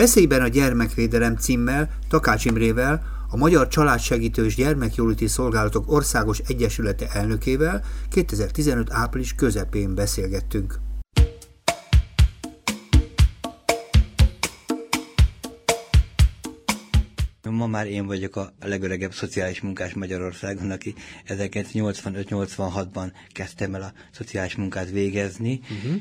Veszélyben a gyermekvédelem címmel Takács Imrével, a Magyar Családsegítő és Gyermekjóléti Szolgálatok Országos Egyesülete elnökével 2015. április közepén beszélgettünk. Ma már én vagyok a legöregebb szociális munkás Magyarországon, aki 1985-86-ban kezdtem el a szociális munkát végezni.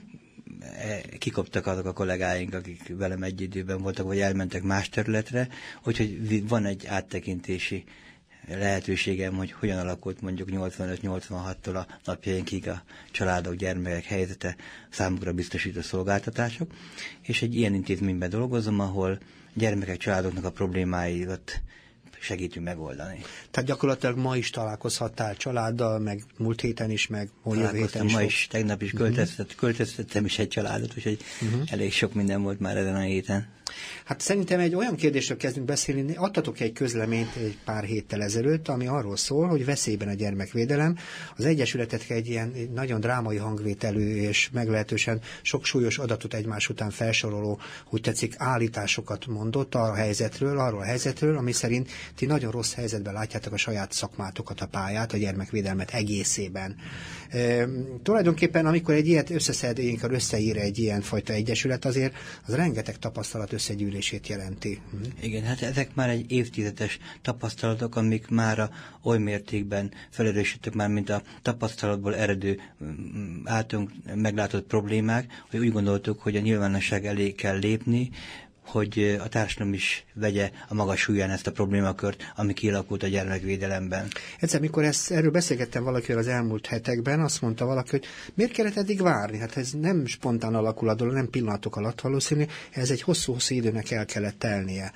Kikoptak azok a kollégáink, akik velem egy időben voltak, vagy elmentek más területre, úgyhogy van egy áttekintési lehetőségem, hogy hogyan alakult mondjuk 85-86-tól a napjainkig a családok, gyermekek helyzete, számukra biztosító szolgáltatások, és egy ilyen intézményben dolgozom, ahol gyermekek, családoknak a problémáikat segítünk megoldani. Tehát gyakorlatilag ma is találkozhattál családdal, meg múlt héten is, meg jövő héten is. Ma is, tegnap is költöztettem is egy családot, úgyhogy elég sok minden volt már ezen a héten. Hát szerintem egy olyan kérdésről kezdünk beszélni, adtatok egy közleményt egy pár héttel ezelőtt, ami arról szól, hogy veszélyben a gyermekvédelem. Az Egyesületet egy ilyen nagyon drámai hangvételű és meglehetősen sok súlyos adatot egymás után felsoroló, úgy tetszik, állításokat mondott arról a helyzetről, ami szerint ti nagyon rossz helyzetben látjátok a saját szakmátokat, a pályát, a gyermekvédelmet egészében. Tulajdonképpen, amikor egy ilyet összeír egy ilyen fajta egyesület, azért az rengeteg tapasztalat összegyűlését jelenti. Igen, hát ezek már egy évtizedes tapasztalatok, amik már oly mértékben felerősítettek már, mint a tapasztalatból eredő általunk meglátott problémák, hogy úgy gondoltuk, hogy a nyilvánosság elé kell lépni, hogy a társadalom is vegye a maga súlyán ezt a problémakört, ami kialakult a gyermekvédelemben. Egyszer, mikor erről beszélgettem valakivel az elmúlt hetekben, azt mondta valaki, hogy miért kellett eddig várni? Hát ez nem spontán alakul a dolog, nem pillanatok alatt valószínű, ez egy hosszú-hosszú időnek el kellett telnie.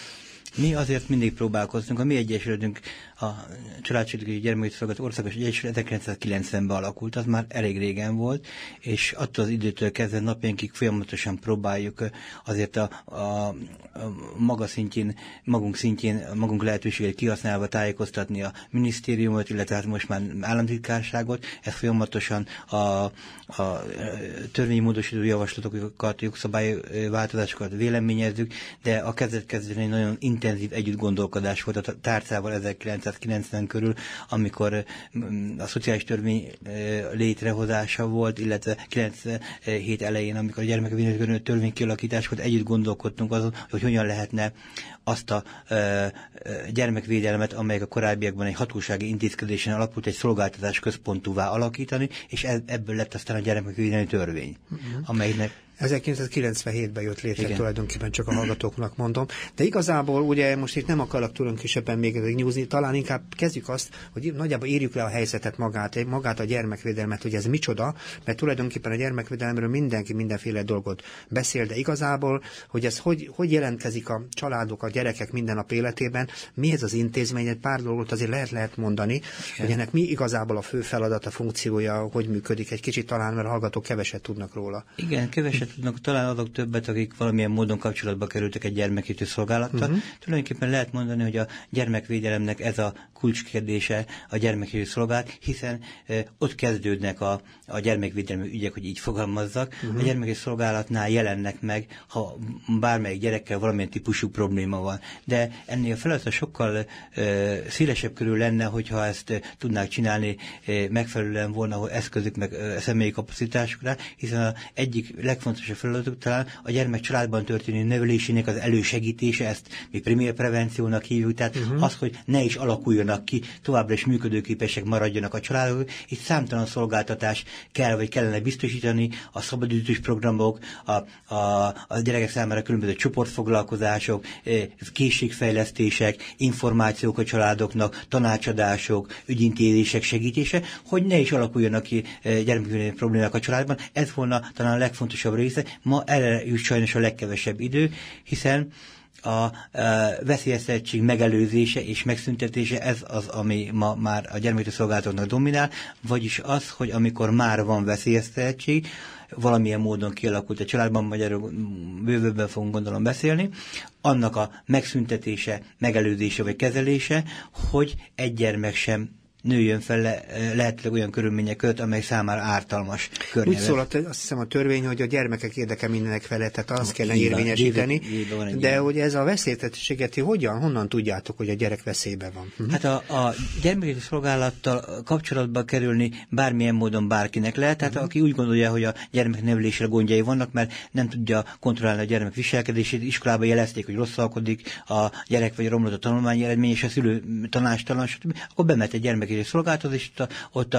Mi azért mindig próbálkoztunk. A mi egyesületünk, a Családsegítő és Gyermekjóléti Szolgálatok Országos Egyesület 1990-ben alakult, az már elég régen volt, és attól az időtől kezdve napjainkig folyamatosan próbáljuk azért a maga szintjén, magunk lehetőségét kihasználva tájékoztatni a minisztériumot, illetve hát most már államtitkárságot. Ez folyamatosan a törvénymódosító javaslatokat, jogszabályváltozásokat véleményezzük, de a kezdet-kezdetén nagyon intenzív együttgondolkodás volt a tárcával 1990 körül, amikor a szociális törvény létrehozása volt, illetve 97 elején, amikor a gyermekvédelmi törvény kialakítás volt, együtt gondolkodtunk azon, hogy hogyan lehetne azt a gyermekvédelmet, amelyek a korábbiakban egy hatósági intézkedésen alapult, egy szolgáltatás központúvá alakítani, és ebből lett aztán a gyermekvédelmi törvény, amelynek 1997-ben jött létre. Igen. Tulajdonképpen csak a hallgatóknak mondom. De igazából ugye most itt nem akarok tulajdonképpen még nyúzni, talán inkább kezdjük azt, hogy nagyjából írjuk le a helyzetet magát a gyermekvédelmet, hogy ez micsoda, mert tulajdonképpen a gyermekvédelemről mindenki mindenféle dolgot beszél, de igazából, hogy ez hogy jelentkezik a családok, a gyerekek minden nap életében, mi ez az intézmény, egy pár dolgot azért lehet mondani, igen, hogy ennek mi igazából a fő feladata, funkciója, hogy működik egy kicsit talán, mert a hallgatók keveset tudnak róla. Igen, keveset tudnak, talán azok többet, akik valamilyen módon kapcsolatba kerültek egy gyermekjóléti szolgálattal. Tulajdonképpen lehet mondani, hogy a gyermekvédelemnek ez a kulcskérdése a gyermekjóléti szolgálat, hiszen ott kezdődnek a gyermekvédelmi ügyek, hogy így fogalmazzak. A gyermekjóléti szolgálatnál jelennek meg, ha bármelyik gyerekkel valamilyen típusú probléma van. De ennél a feladata sokkal szélesebb körül lenne, hogyha ezt tudnák csinálni, megfelelően volna eszközük, meg személyi kapacitásukra, hiszen az egyik legfontosabb feladatuk talán a gyermek családban történő nevelésének az elősegítése, ezt mi primér prevenciónak hívjuk, tehát az, hogy ne is alakuljanak ki, továbbra is működőképesek maradjanak a családok, és számtalan szolgáltatás kellene biztosítani, a szabadidős programok, a gyerekek számára különböző csoportfoglalkozások, készségfejlesztések, információk a családoknak, tanácsadások, ügyintézések segítése, hogy ne is alakuljanak ki gyermekvédelmi problémák a családban. Ez volna talán a legfontosabb része. Ma erre jut sajnos a legkevesebb idő, hiszen a veszélyeztetettség megelőzése és megszüntetése, ez az, ami ma már a gyermekjóléti szolgálatoknak dominál, vagyis az, hogy amikor már van veszélyeztetettség, valamilyen módon kialakult a családban, vagy erről bővebben fogunk gondolom beszélni, annak a megszüntetése, megelőzése vagy kezelése, hogy egy gyermek sem nőjön fel lehetőleg olyan körülmények között, amely számára ártalmas környezet. Úgy szól, azt hiszem a törvény, hogy a gyermekek érdeke mindenek felett, tehát azt kellene érvényesíteni, de hogy ez a veszélytelenséget, honnan tudjátok, hogy a gyerek veszélyben van? Hát a gyermekvédelmi szolgálattal kapcsolatba kerülni bármilyen módon bárkinek lehet, tehát aki úgy gondolja, hogy a gyermeknevelésre gondjai vannak, mert nem tudja kontrollálni a gyermek viselkedését, iskolában jelezték, hogy rosszalkodik a gyerek, vagy romlott a tanulmányi eredmény, és a szülő tanástalan, stb., akkor bemehet egy gyermekvédelmi szolgálathoz, és ott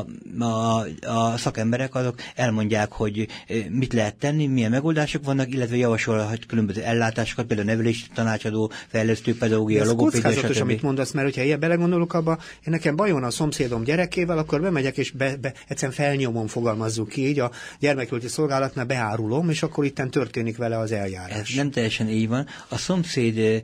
a szakemberek azok elmondják, hogy mit lehet tenni, milyen megoldások vannak, illetve javasolhat különböző ellátásokat, például nevelési tanácsadó, fejlesztő pedagógia, logopédia, stb. Ez kockázatos, amit mondasz, mert hogyha ilyen belegondolok abba, én nekem bajom a szomszédom gyerekével, akkor bemegyek, és egyszerűen felnyomom, fogalmazzuk ki, így a gyermekvédelmi szolgálatnál beárulom, és akkor itten történik vele az eljárás. Ez nem teljesen így van. A szomszéd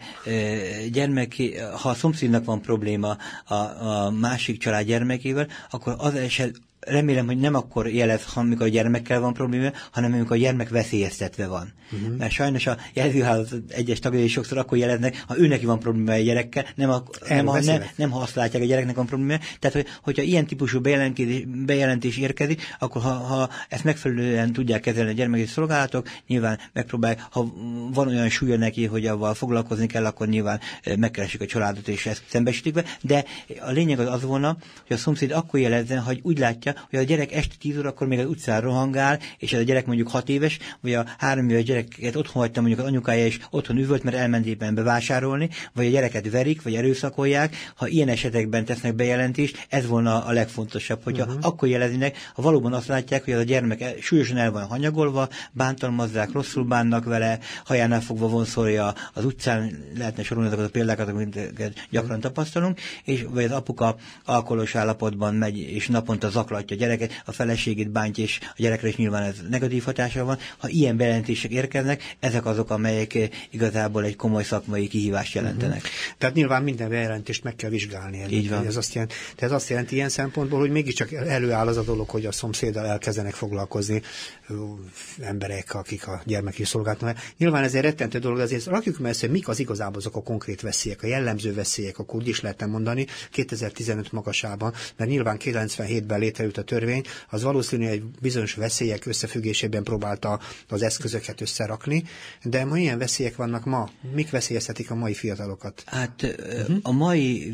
ha a szomszédnak van probléma a másik család gyermekével, akkor az eset remélem, hogy nem akkor jelez, amikor a gyermekkel van probléma, hanem amikor a gyermek veszélyeztetve van. Mert sajnos a jelzőhálózat egyes tagjai sokszor akkor jeleznek, ha őneki van probléma a gyerekkel, nem ha azt látják, a gyereknek van probléma. Tehát, hogyha ilyen típusú bejelentés érkezik, akkor ha ezt megfelelően tudják kezelni a gyermeki szolgálatok, nyilván megpróbálják, ha van olyan súlya neki, hogy avval foglalkozni kell, akkor nyilván megkeresik a családot, és ezt szembesítik be. De a lényeg az volna, hogy a szomszéd akkor jelezzen, hogy úgy látja, hogy a gyerek este 10 órakor még az utcán rohangál, és ez a gyerek mondjuk 6 éves, vagy a 3 éves gyereket otthon hagyta mondjuk az anyukája, és otthon üvölt, mert elment éppen bevásárolni, vagy a gyereket verik, vagy erőszakolják. Ha ilyen esetekben tesznek bejelentést, ez volna a legfontosabb, hogyha akkor jeleznek, ha valóban azt látják, hogy az a gyermek súlyosan el van hanyagolva, bántalmazzák, rosszul bánnak vele, hajánál fogva vonszolja az utcán, lehetne sorolni azokat a példákat, amiket gyakran tapasztalunk, és vagy az apuka alkoholos állapotban megy, és naponta zaklatja a gyereket, a feleségét bántja, és a gyerekre is nyilván ez negatív hatással van. Ha ilyen bejelentések érkeznek, ezek azok, amelyek igazából egy komoly szakmai kihívást jelentenek. Tehát nyilván minden bejelentést meg kell vizsgálni. Így van. Ez azt jelenti ilyen szempontból, hogy mégiscsak előáll az a dolog, hogy a szomszéddal elkezdenek foglalkozni emberek, akik a gyermeki szolgálatnak. Nyilván ez egy rettentő dolog, azért rakjuk meg, hogy mik az igazából azok a konkrét veszélyek, a jellemző veszélyek, akkor úgy is lehetne mondani 2015 magasában, mert nyilván 97-ben létrejött a törvény, az valószínűleg egy bizonyos veszélyek összefüggésében próbálta az eszközöket összerakni, de milyen veszélyek vannak ma? Mik veszélyeztetik a mai fiatalokat? Hát a mai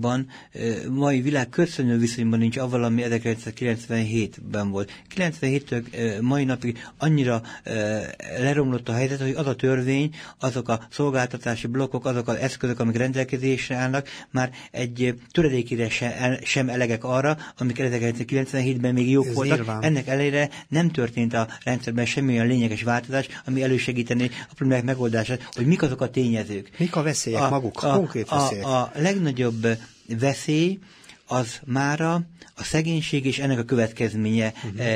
világ köszönő viszonyban nincs avval, ami 1997-ben volt. 97-től mai napig annyira leromlott a helyzet, hogy az a törvény, azok a szolgáltatási blokkok, azok az eszközök, amik rendelkezésre állnak, már egy töredékére sem elegek arra, amik 1997-ben még jók voltak. Nyilván. Ennek ellenére nem történt a rendszerben semmilyen lényeges változás, ami elősegítené a problémák megoldását, hogy mik azok a tényezők. Mik a veszélyek maguk, konkrét veszélyek? A legnagyobb veszély az mára a szegénység és ennek a következménye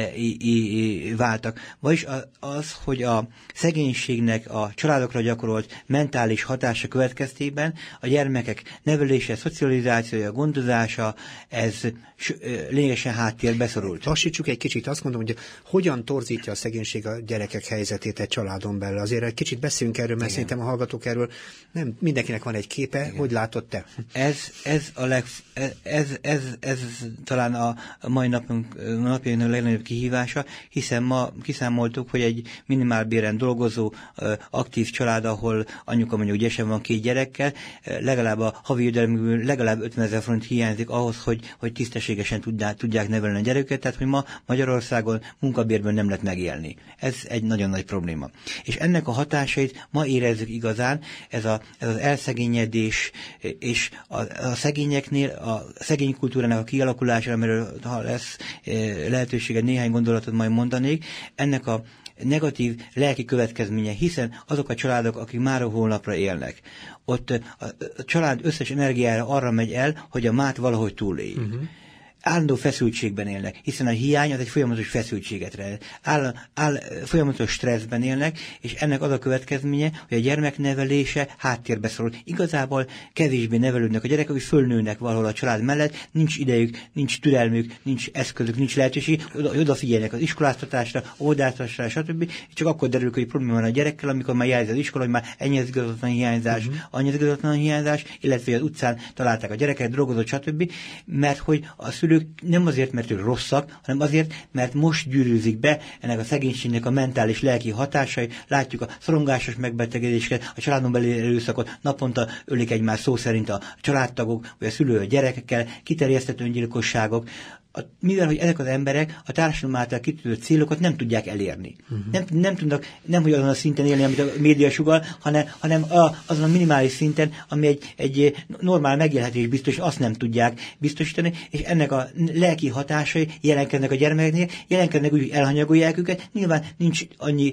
váltak. Vagyis az, hogy a szegénységnek a családokra gyakorolt mentális hatása következtében a gyermekek nevelése, szocializációja, gondozása, ez lényegesen háttérbe szorult. Lassítsuk egy kicsit, azt mondom, hogy hogyan torzítja a szegénység a gyerekek helyzetét egy családon belül. Azért egy kicsit beszélünk erről, mert szerintem a hallgatók erről nem mindenkinek van egy képe. Igen. Hogy látod te? Ez talán a mai napjainknak legnagyobb kihívása, hiszen ma kiszámoltuk, hogy egy minimálbéren dolgozó aktív család, ahol anyuka mondjuk ügyesen van 2 gyerekkel, legalább a havi jövedelmükből legalább 50 000 forint hiányzik ahhoz, hogy tisztességesen tudják nevelni a gyereket, tehát hogy ma Magyarországon munkabérből nem lehet megélni. Ez egy nagyon nagy probléma. És ennek a hatásait ma érezzük igazán, ez az elszegényedés, és a szegényeknél, a szegény kultúrának a kialakulása, amiről ha lesz lehetősége néhány gondolatot majd mondanék, ennek a negatív lelki következménye, hiszen azok a családok, akik már a holnapra élnek, ott a család összes energiára arra megy el, hogy a mát valahogy túléljük. állandó feszültségben élnek, hiszen a hiány az egy folyamatos feszültséget folyamatos stresszben élnek, és ennek az a következménye, hogy a gyermeknevelése háttérbe szorul. Igazából kevésbé nevelődnek a gyerekek, hogy fölnőnek valahol a család mellett, nincs idejük, nincs türelmük, nincs eszközük, nincs lehetőség, hogy odafigyeljenek az iskoláztatásra, óvodáztatásra, stb. És csak akkor derül, hogy probléma van a gyerekkel, amikor már jelzi az iskola, hogy már ennyi az igazatlan hiányzás, annyi az igazatlan hiányzás, illetve az utcán találták a gyereket, drogozott, stb. Mert hogy a szülők nem azért, mert ők rosszak, hanem azért, mert most gyűrűzik be ennek a szegénységnek a mentális, lelki hatásai, látjuk a szorongásos megbetegedéseket, a családon belüli erőszakot, naponta ölik egymás szó szerint a családtagok, vagy a szülő a gyerekekkel, kiterjesztett öngyilkosságok, mivel, hogy ezek az emberek a társadalom által kitűzött célokat nem tudják elérni. Nem tudnak, nem hogy azon a szinten élni, amit a média sugall, hanem azon a minimális szinten, ami egy normál megélhetés biztos, azt nem tudják biztosítani, és ennek a lelki hatásai jelenkednek a gyermekeknél, jelenkednek úgy, hogy elhanyagolják őket, nyilván nincs annyi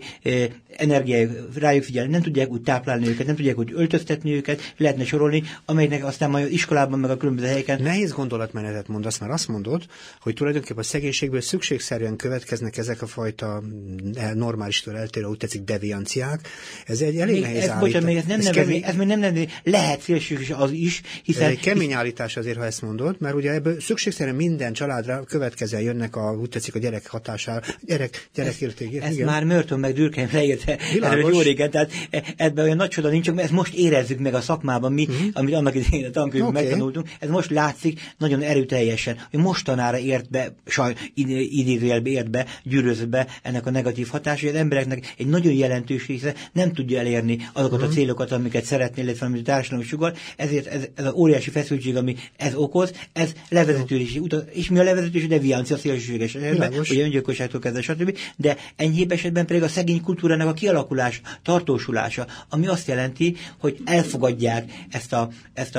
energiájuk rájuk figyelni, nem tudják úgy táplálni őket, nem tudják úgy öltöztetni őket, lehetne sorolni, amelynek aztán majd iskolában, meg a különböző helyeken. Nehéz gondolatmenetet mondasz, mert azt mondod, hogy tulajdonképpen a szegénységből szükségszerűen következnek ezek a fajta normálistól eltérő, úgy tetszik, devianciák. Ez egy elég nehéz állítás. Ez még nem nevezi, lehet szélsőséges az is, hiszen... Ez egy kemény állítás azért, ha ezt mondod, mert ugye ebből szükségszerűen minden családra következően jönnek úgy tetszik a gyerek hatására, gyerekérték. Ezt már Merton meg Durkheim leírta erről jó régen, tehát ebben olyan nagy csoda nincs, mert ezt most érezzük meg a szakmában mi, amit annak idején a tankönyvben megtanultunk, ez most látszik nagyon erőteljesen, hogy mostanára ért be, idézőjelbe ért be, gyűrözött be ennek a negatív hatás, hogy az embereknek egy nagyon jelentős része nem tudja elérni azokat a célokat, amiket szeretné, illetve amit a társadalom sugal, ezért ez az óriási feszültség, ami ez okoz, ez levezetős, és mi a levezetős, deviancia szélsőséges esetben, ugye öngyilkosságtól kezdve, stb. De enyhébb esetben pedig a szegény kultúrának a kialakulása, tartósulása, ami azt jelenti, hogy elfogadják ezt a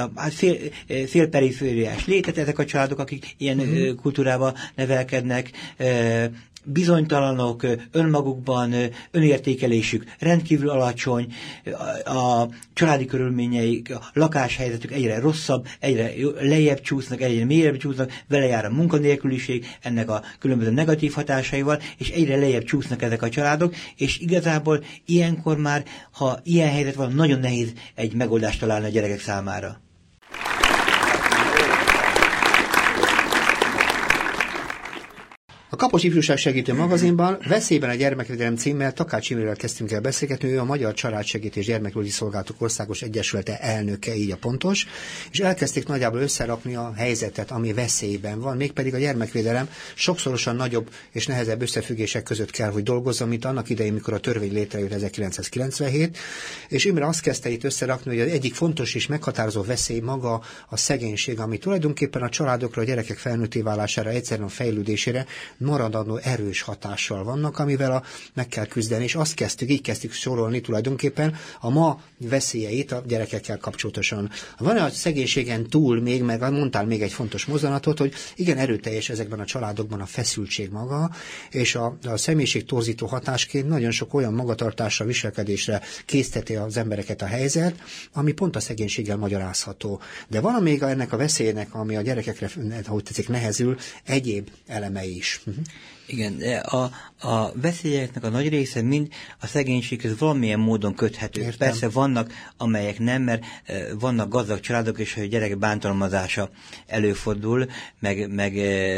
félperifériás létet, ezek a családok, akik ilyen kultúrában nevelkednek, bizonytalanok önmagukban, önértékelésük rendkívül alacsony, a családi körülményeik, a lakáshelyzetük egyre rosszabb, egyre lejjebb csúsznak, egyre mélyebb csúsznak, vele jár a munkanélküliség ennek a különböző negatív hatásaival, és egyre lejjebb csúsznak ezek a családok, és igazából ilyenkor már, ha ilyen helyzet van, nagyon nehéz egy megoldást találni a gyerekek számára. A Kapos Ifjúság Segítő magazinban Veszélyben a gyermekvédelem címmel Takács Imrével kezdtünk el beszélgetni, ő a Magyar Családsegítés Gyermekjogi Szolgálatok Országos Egyesülete elnöke, így a pontos, és elkezdték nagyjából összerakni a helyzetet, ami veszélyben van, mégpedig a gyermekvédelem sokszorosan nagyobb és nehezebb összefüggések között kell, hogy dolgozzon, mint annak idején, mikor a törvény létrejött 1997, és Imre azt kezdte itt összerakni, hogy az egyik fontos és meghatározó veszély maga a szegénység, ami tulajdonképpen a családokra, a gyerekek felnőtté válására, egyszerűen a fejlődésére maradandó erős hatással vannak, amivel meg kell küzdeni, és így kezdtük sorolni tulajdonképpen a ma veszélyeit a gyerekekkel kapcsolatosan. Van a szegénységen túl még, meg mondtál még egy fontos mozzanatot, hogy igen erőteljes ezekben a családokban a feszültség maga, és a személyiség torzító hatásként nagyon sok olyan magatartásra, viselkedésre készteti az embereket a helyzet, ami pont a szegénységgel magyarázható. De van még ennek a veszélynek, ami a gyerekekre, ahogy tetszik, nehezül, egyéb elemei is. Igen, a veszélyeknek a nagy része mind a szegénységhez valamilyen módon köthető. Értem. Persze vannak, amelyek nem, mert vannak gazdag családok, és a gyerek bántalmazása előfordul, meg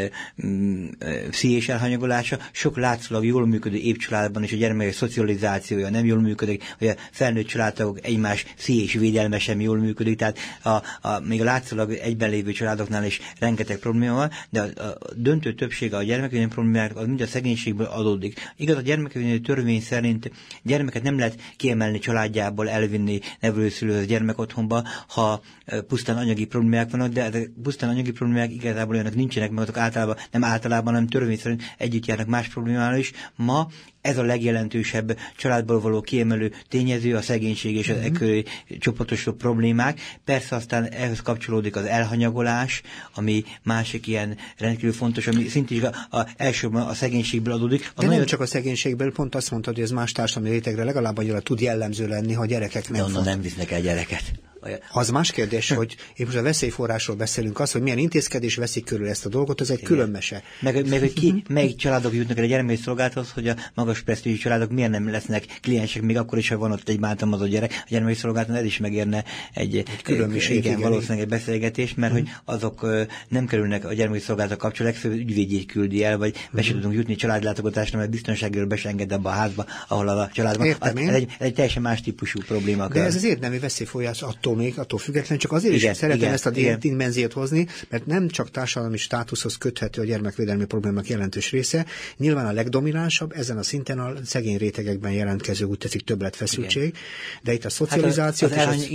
pszichés elhanyagolása. Sok látszólag jól működő épp családban is a gyermekek szocializációja nem jól működik, vagy a felnőtt családok egymás pszichés védelme sem jól működik, tehát még a látszólag egyben lévő családoknál is rengeteg probléma van, de a döntő többsége a gyermekvédelmi problémák az mind a szegénységből adódik. Igaz, a gyermekvédelmi törvény szerint gyermeket nem lehet kiemelni családjából, elvinni nevelőszülőhöz gyermekotthonba, ha pusztán anyagi problémák vannak, de ezek pusztán anyagi problémák igazából olyanok nincsenek, mert azok általában nem törvény szerint együtt járnak más problémával is. Ma ez a legjelentősebb családból való kiemelő tényező, a szegénység és az ekkörű csoportosuló problémák. Persze aztán ehhez kapcsolódik az elhanyagolás, ami másik ilyen rendkívül fontos, ami szintén elsősorban a szegénységből adódik. De nem csak a szegénységből, pont azt mondtad, hogy ez más társadalmi rétegre legalább annyira tud jellemző lenni, ha a gyerekek nem onnan nem visznek el gyereket. Az más kérdés, hogy én most a veszélyforrásról beszélünk, az, hogy milyen intézkedés veszik körül ezt a dolgot, az egy külön mese. Meg hogy melyik családok jutnak el a gyermekszolgálathoz, hogy a magas presztízsű családok miért nem lesznek kliensek, még akkor is, ha van ott egy bántalmazott gyerek, a gyermekszolgálaton ez is megérne egy külön igen, valószínűleg egy beszélgetés, mert hogy azok nem kerülnek a gyermekszolgálatok kapcsolatban, legfőbb ügyvédjét küldi el, vagy be sem tudunk jutni családlátogatásra, mert biztonságról be sem enged abba a házba, ahol a családban. Ez egy teljesen más típusú probléma. De ez az érdemi veszélyforrás attól független, csak azért is szeretem ezt a dimenziót hozni, mert nem csak társadalmi státuszhoz köthető a gyermekvédelmi problémák jelentős része, nyilván a legdominánsabb ezen a szinten a szegény rétegekben jelentkező, úgy tetszik, többletfeszültség, de itt a szocializáció...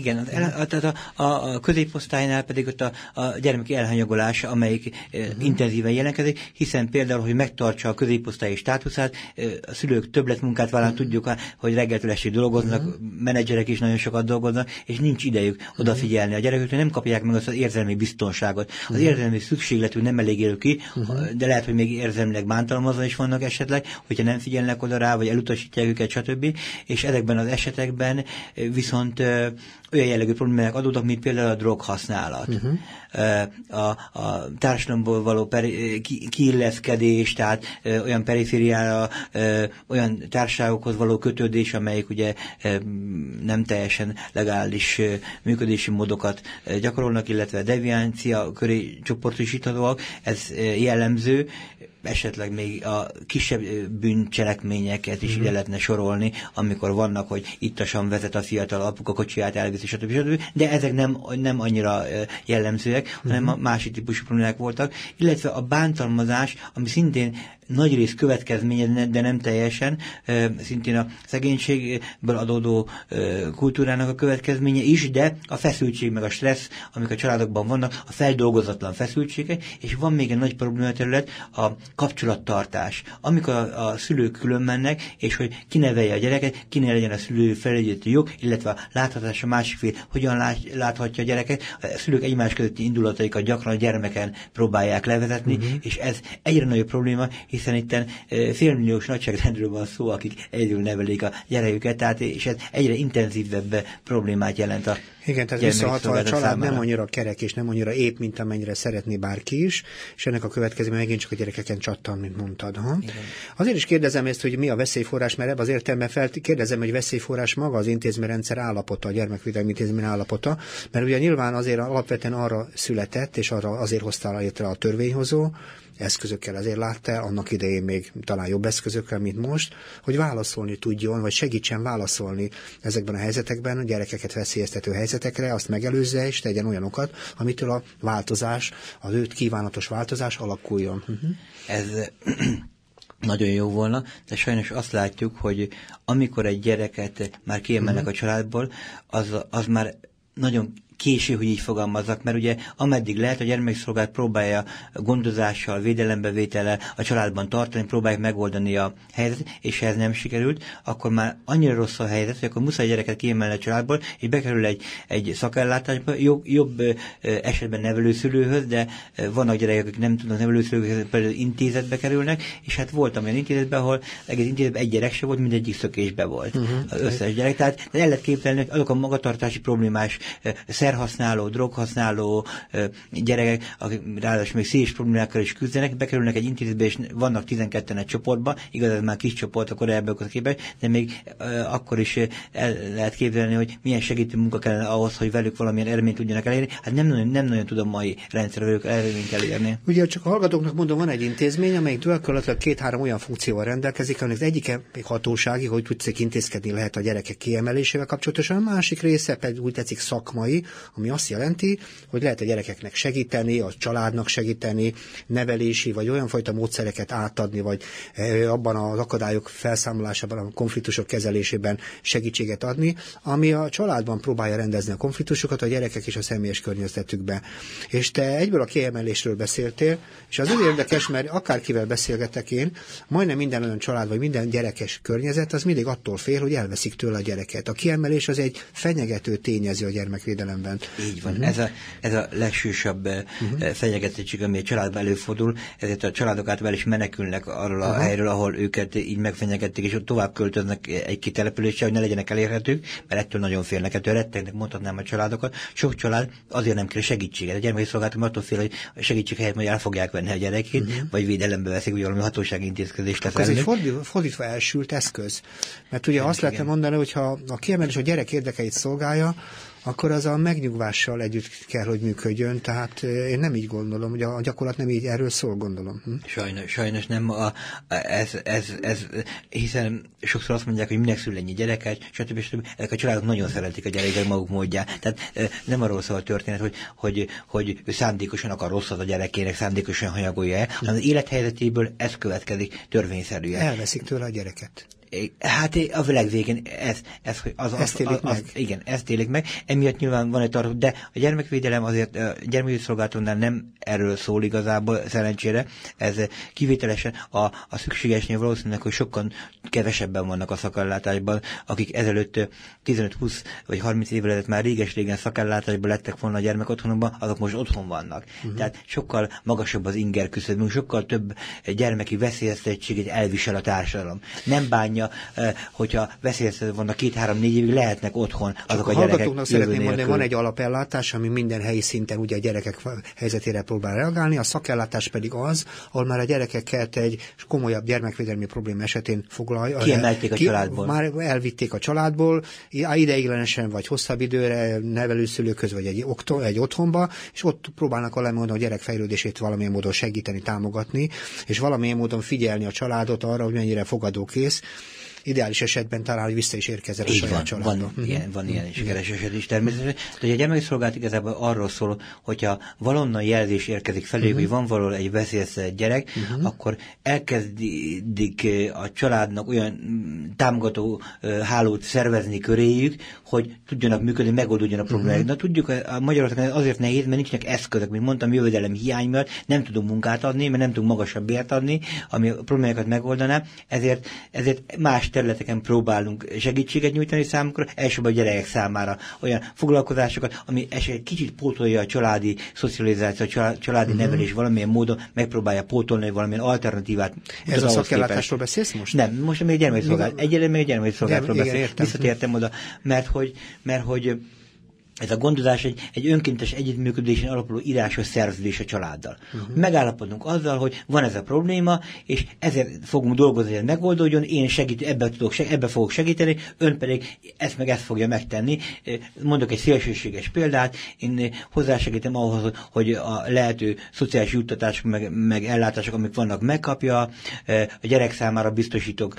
A középosztálynál pedig ott a gyermeki elhanyagolás, amelyik intenzíven jelentkezik, hiszen például, hogy megtartsa a középosztályi státuszát, a szülők többletmunkát vállalnak, tudjuk, hogy reggeltől estig dolgoznak, menedzserek is nagyon sokat dolgoznak, és nincs idejük odafigyelni a gyerekekre, nem kapják meg azt az érzelmi biztonságot. Az érzelmi szükségletük nem elég élő ki, de lehet, hogy még érzelmileg bántalmazva is vannak esetleg, hogyha nem figyelnek oda rá, vagy elutasítják őket, stb. És ezekben az esetekben viszont olyan jellegű problémák adódnak, mint például a droghasználat. A társadalomból való kiilleszkedés, tehát olyan perifériára, olyan társaságokhoz való kötődés, amelyik ugye nem teljesen legális működési módokat gyakorolnak, illetve deviancia köré csoportosíthatóak, ez jellemző. Esetleg még a kisebb bűncselekményeket is ide lehetne sorolni, amikor vannak, hogy ittasan vezet a fiatal apuka kocsiját, elviszi, stb. De ezek nem annyira jellemzőek, hanem a másik típusú problémák voltak, illetve a bántalmazás, ami szintén nagy rész következménye, de nem teljesen, szintén a szegénységből adódó kultúrának a következménye is, de a feszültség meg a stressz, amik a családokban vannak, a feldolgozatlan feszültségek, és van még egy nagy problématerület, a kapcsolattartás. Amikor a szülők külön mennek, és hogy kinevelje a gyereket, kinél legyen a szülő felügyeleti jog, illetve a láthatás a másik fél, hogyan láthatja a gyereket, a szülők egymás közötti indulataikat gyakran a gyermeken próbálják levezetni, és ez egyre nagyobb probléma, hiszen itten félmilliós nagyságrendről van szó, akik egyedül nevelik a gyereküket, tehát, és ez egyre intenzívebb problémát jelent a igen, tehát visszahatva a család számára nem annyira kerek és nem annyira épp, mint amennyire szeretné bárki is, és ennek a következménye megint csak a gyerekeken csattan, mint mondtad. Azért is kérdezem ezt, hogy mi a veszélyforrás, mert ebben az értelemben kérdezem, hogy veszélyforrás maga az intézményrendszer állapota, a gyermekvédelmi intézmény állapota, mert ugye nyilván azért alapvetően arra született, és arra azért hoztál létre a törvényhozó, eszközökkel azért látta el, annak idején még talán jobb eszközökkel, mint most, hogy válaszolni tudjon, vagy segítsen válaszolni ezekben a helyzetekben, a gyerekeket veszélyeztető helyzetekre, azt megelőzze és tegyen olyanokat, amitől a változás, az őt kívánatos változás alakuljon. Ez nagyon jó volna, de sajnos azt látjuk, hogy amikor egy gyereket már kiemelnek a családból, az már nagyon késő, hogy így fogalmazzak, mert ugye ameddig lehet, a gyermekszolgálat próbálja gondozással, védelembevétellel a családban tartani, próbálják megoldani a helyzetet, és ha ez nem sikerült, akkor már annyira rossz a helyzet, hogy akkor muszáj gyereket kiemelni a családból, és bekerül egy szakellátásba, jobb esetben nevelőszülőhöz, de vannak gyerekek, akik nem tudnak nevelőszülőhöz, például intézetbe kerülnek, és hát voltam olyan intézetben, ahol egész intézetben egy gyerek se volt, mindegyik szökésbe volt. Az összes gyerek. Tehát el lehet képzelni, hogy azok a magatartási problémás szerhasználó, droghasználó gyerekek, akik ráadásul még szíves problémákkal is küzdenek, bekerülnek egy intézetbe, és vannak 12-en egy csoportba, igaz, ez már kis csoport a korábbiakhoz képest, de még akkor is el lehet képzelni, hogy milyen segítő munka kellene ahhoz, hogy velük valamilyen eredményt tudjanak elérni. Hát nem nagyon tudom mai rendszer velük eredményt elérni. Ugye csak a hallgatóknak mondom, van egy intézmény, amelyik gyakorlatilag 2-3 olyan funkcióval rendelkezik, aminek az egyike még hatósági, hogy tudsz intézkedni lehet a gyerekek kiemelésével kapcsolatosan, a másik része pedig úgy tetszik szakmai, ami azt jelenti, hogy lehet a gyerekeknek segíteni, a családnak segíteni, nevelési vagy olyan fajta módszereket átadni, vagy abban az akadályok felszámolásában, a konfliktusok kezelésében segítséget adni, ami a családban próbálja rendezni a konfliktusokat, a gyerekek és a személyes környezetükbe. És te egyből a kiemelésről beszéltél, és az úgy érdekes, mert akárkivel beszélgetek én, majdnem minden olyan család, vagy minden gyerekes környezet, az mindig attól fél, hogy elveszik tőle a gyereket. A kiemelés az egy fenyegető tényező a gyermekvédelem védelemben. Így van. Ez a legsősebb fenyegetettség, ami a családban előfordul, ezért a családok általában is menekülnek arról a helyről, ahol őket így megfenyegették, és ott tovább költöznek egy kitelepülésre, hogy ne legyenek elérhetők, mert ettől nagyon félnek, ettől rettegnek, mondhatnám a családokat. Sok család azért nem kér segítséget. A gyermeki szolgálatok attól fél, hogy a segítség helyett majd el fogják venni a gyerekét, vagy védelembe veszik, vagy valami hatósági intézkedést lesz. Ez egy fordítva elsült eszköz. Mert ugye azt lehetne mondani, hogy ha a kiemelés a gyerek érdekeit szolgálja, akkor az a megnyugvással együtt kell, hogy működjön, tehát én nem így gondolom, hogy a gyakorlat nem így erről szól, gondolom. Sajnos nem, hiszen sokszor azt mondják, hogy minek szül ennyi gyereket, stb. Ezek a családok nagyon szeretik a gyerekek maguk módján. Tehát nem arról szól a történet, hogy ő szándékosan akar rosszat a gyerekének, szándékosan hanyagolja el, hanem az élethelyzetéből ez következik törvényszerűen. Elveszik tőle a gyereket. Hát a világ végén ezt élik meg. Emiatt nyilván van egy tartó, de a gyermekvédelem azért a gyermekvédelmi szolgálatoknál nem erről szól igazából, szerencsére. Ez kivételesen a szükségesnél valószínűleg, hogy sokkal kevesebben vannak a szakellátásban, akik ezelőtt 15-20 vagy 30 évvel ezelőtt már réges-régen szakellátásban lettek volna a gyermekotthonokban, azok most otthon vannak. Tehát sokkal magasabb az inger küszöb, sokkal több gyermeki veszélyeztetettséget elvisel a társadalom. Nem bánja, hogyha veszélyeztetve vannak 2-3-4 évig, lehetnek otthon azok a gyerekek. A hallgatóknak szeretném mondani, van egy alapellátás, ami minden helyi szinten ugye a gyerekek helyzetére próbál reagálni, a szakellátás pedig az, ahol már a gyerekeket egy komolyabb gyermekvédelmi probléma esetén foglalja. Kiemelték a családból. Már elvitték a családból, ideiglenesen vagy hosszabb időre nevelőszülőköz vagy egy otthonba, és ott próbálnak valamilyen a gyerek fejlődését valamilyen módon segíteni, támogatni, és valamilyen módon figyelni a családot arra, hogy mennyire fogadókész. Ideális esetben talán, hogy vissza is érkezel a saját családba. Van ilyen is, sikeres eset is természetesen. De a gyermeki szolgálat igazából arról szól, hogyha valonnan jelzés érkezik felé, hogy van valahol egy veszélyeztetett gyerek, akkor elkezdik a családnak olyan támogató hálót szervezni köréjük, hogy tudjanak működni, megoldódjon a problémájuk. Na tudjuk, a Magyarországon azért nehéz, mert nincsenek eszközök, mint mondtam, jövedelem hiány miatt nem tudunk munkát adni, mert nem tudunk magasabb bért adni, ami a problémákat megoldaná, ezért más területeken próbálunk segítséget nyújtani számukra, elsősorban a gyerekek számára olyan foglalkozásokat, ami esetleg kicsit pótolja a családi szocializáció, a családi nevelés valamilyen módon megpróbálja pótolni valamilyen alternatívát. Ez a szakellátásról beszélsz most? Nem, most még a gyermekszolgálat. Egyelőre még a gyermekszolgálatról beszélsz. Visszatértem oda, mert hogy ez a gondozás egy önkéntes együttműködésen alapuló írásos szerződés a családdal. Megállapodunk azzal, hogy van ez a probléma, és ezért fogunk dolgozni, hogy megoldódjon, én ebbe fogok segíteni, ön pedig ezt fogja megtenni. Mondok egy szélsőséges példát, én hozzásegítem ahhoz, hogy a lehető szociális juttatások, meg ellátások, amik vannak, megkapja, a gyerek számára biztosítok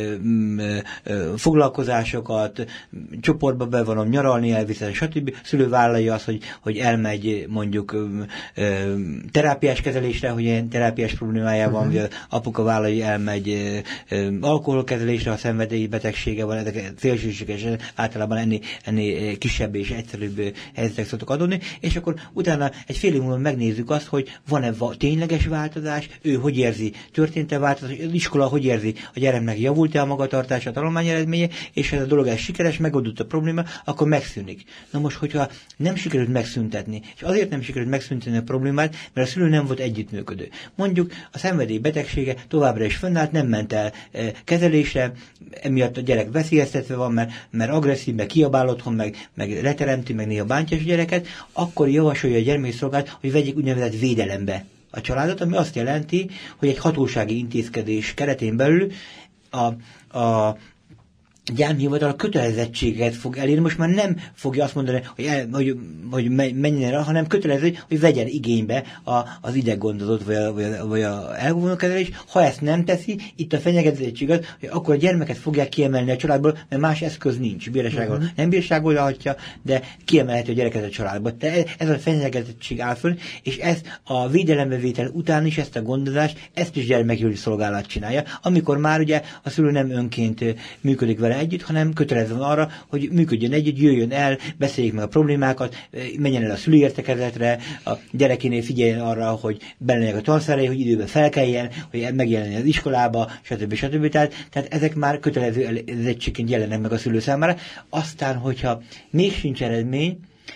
foglalkozásokat, csoportba bevonom, nyaralni elviszem, stb. Szülő vállalja azt, hogy elmegy mondjuk terápiás kezelésre, hogy ilyen terápiás problémája van, vagy apuka vállalja, elmegy alkoholkezelésre, ha szenvedélyi betegsége van, ezek szélsőségesen általában ennél kisebb és egyszerűbb helyzetek szoktak adni, és akkor utána egy fél év múlva megnézzük azt, hogy van-e tényleges változás, ő hogy érzi, történt-e változás, az iskola hogy érzi, a gyereknek javult-e a magatartása, a tanulmány eredménye, és ha ez a dolog sikeres, megoldott a probléma, akkor megszűnik. Na most, hogyha nem sikerült megszüntetni, és azért nem sikerült megszüntetni a problémát, mert a szülő nem volt együttműködő. Mondjuk a szenvedély betegsége továbbra is fönnállt, nem ment el kezelésre, emiatt a gyerek veszélyeztetve van, mert agresszív, meg kiabál otthon, meg leteremti, meg néha bántja a gyereket, akkor javasolja a gyermeki szolgálat, hogy vegyék úgynevezett védelembe a családot, ami azt jelenti, hogy egy hatósági intézkedés keretén belül a gyámhivatal kötelezettséget fog elérni, most már nem fogja azt mondani, hogy menjen el, hanem kötelező, hogy vegyen igénybe az ideggondozót, vagy a elvonókezelés. Ha ezt nem teszi, itt a fenyegetettség az, hogy akkor a gyermeket fogják kiemelni a családból, mert más eszköz nincs. Bírságol nem bírságolhatja, de kiemelheti a gyereket a családból. De ez a fenyegetettség áll föl, és ez a védelembevétel után is ezt a gondozást, ezt is gyermekjogi szolgálat csinálja, amikor már ugye a szülő nem önként működik vele együtt, hanem kötelező arra, hogy működjön együtt, jöjjön el, beszéljék meg a problémákat, menjen el a szülőértekezletre, a gyerekénél figyeljen arra, hogy benne a tanszerei, hogy időben felkeljen, hogy megjelenjen az iskolába, stb. Tehát ezek már kötelezőzettségként jelennek meg a szülő számára. Aztán, hogyha még sincs eredmény,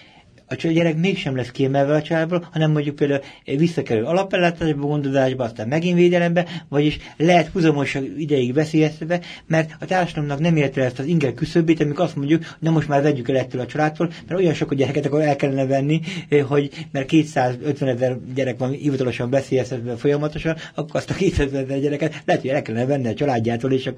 a gyerek mégsem lesz kiemelve a családból, hanem mondjuk például visszakerül alapellátásba, gondozásba, aztán megint védelembe, vagyis lehet húzamosabb ideig veszélyeztetve, mert a társadalomnak nem érte ezt az inger küszöbét, amikor azt mondjuk, hogy na most már vegyük el ettől a családtól, mert olyan sok gyereket akkor el kellene venni, mert 250 000 gyerek van hivatalosan veszélyeztetve folyamatosan, akkor azt a 250 000 gyereket lehet, hogy el kellene venni a családjától, és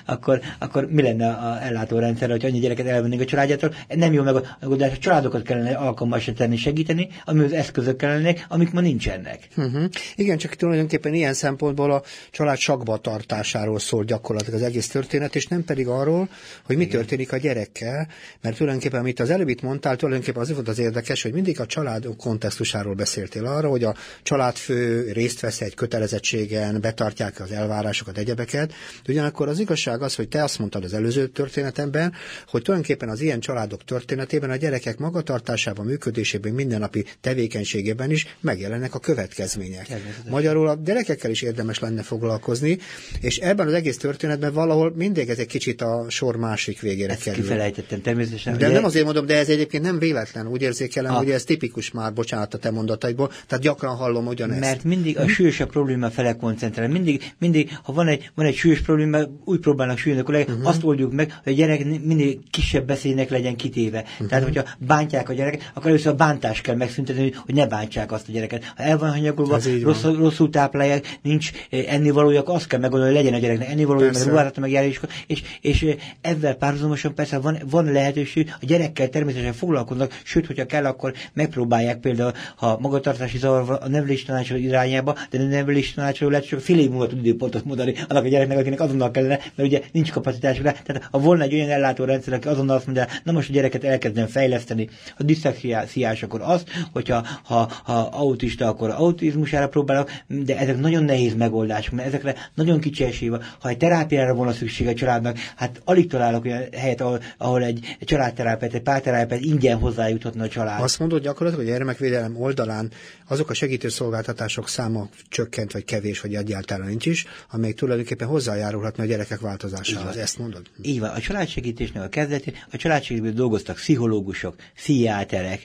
akkor mi lenne az ellátórendszer, hogy annyi gyereket elvennénk a családjától. Nem jó megoldás, a családokat kellene alkalmasra tenni, segíteni, amihoz eszközök kellenek, amik ma nincsenek. Igen, csak tulajdonképpen ilyen szempontból a család sakba tartásáról szól gyakorlatilag az egész történet, és nem pedig arról, hogy mi történik a gyerekkel, mert tulajdonképpen, amit az előbb itt mondtál, tulajdonképpen az volt az érdekes, hogy mindig a család kontextusáról beszéltél arra, hogy a családfő részt vesz egy kötelezettségen, betartják az elvárásokat, egyebeket. Ugyanakkor az igazság az, hogy te azt mondtad az előző történetemben, hogy tulajdonképpen az ilyen családok történetében a gyerekek magatartásában, működésében, mindennapi tevékenységében is megjelennek a következmények. Magyarul a gyerekekkel is érdemes lenne foglalkozni, és ebben az egész történetben valahol mindig ez egy kicsit a sor másik végére kerül. Kifelejtettem természetesen. De nem azért mondom, de ez egyébként nem véletlen. Úgy érzékelem, hogy ez tipikus már, bocsánat a te mondataidból, tehát gyakran hallom ugyanezt. Mert mindig a súlyosabb probléma fele koncentrál. Mindig, ha van egy súlyos probléma, úgy próbálnak súlyolni a kollégák, azt oldjuk meg, hogy a gyerek mindig kisebb veszélynek legyen kitéve. Tehát, hogyha bántják a gyereket, akkor először a bántást kell megszüntetni, hogy ne bántsák azt a gyereket. Ha el van hanyagolva, rosszul táplálják, nincs ennivalója, akkor azt kell megoldani, hogy legyen a gyereknek ennivalója, meg ruházata megjárás, és ezzel párhuzamosan persze van lehetőség, a gyerekkel természetesen foglalkoznak, sőt, hogyha kell, akkor megpróbálják például, ha magatartási zavar van, a nevelési tanácsoló irányába, de a nevelési tanácsoló lehet csak fél év múlva tud időpontot mondani annak a gyereknek, akinek azonnal kellene, mert ugye nincs kapacitásuk rá. Tehát ha volna egy olyan ellátórendszer, aki azonnal azt mondja, na most a gyereket elkezdem fejleszteni, a diszlexiás akkor az, hogyha ha autista, akkor autizmusára próbálok, de ezek nagyon nehéz megoldások, mert ezekre nagyon kicsi esély van. Ha egy terápiára volna szükség a családnak, hát alig találok olyan helyet, ahol egy családterápiát, egy párterápiát ingyen hozzájuthatna a család. Azt mondod gyakorlatilag, hogy a gyermekvédelem oldalán azok a segítőszolgáltatások száma csökkent, vagy kevés, vagy egyáltalán nincs is, amely tulajdonképpen hozzájárulhatna a gyerekek változásához. Ezt mondod? Így van. A családsegítésnek a kezdetén, a családsegítésben dolgoztak pszichológusok, pszichiáterek.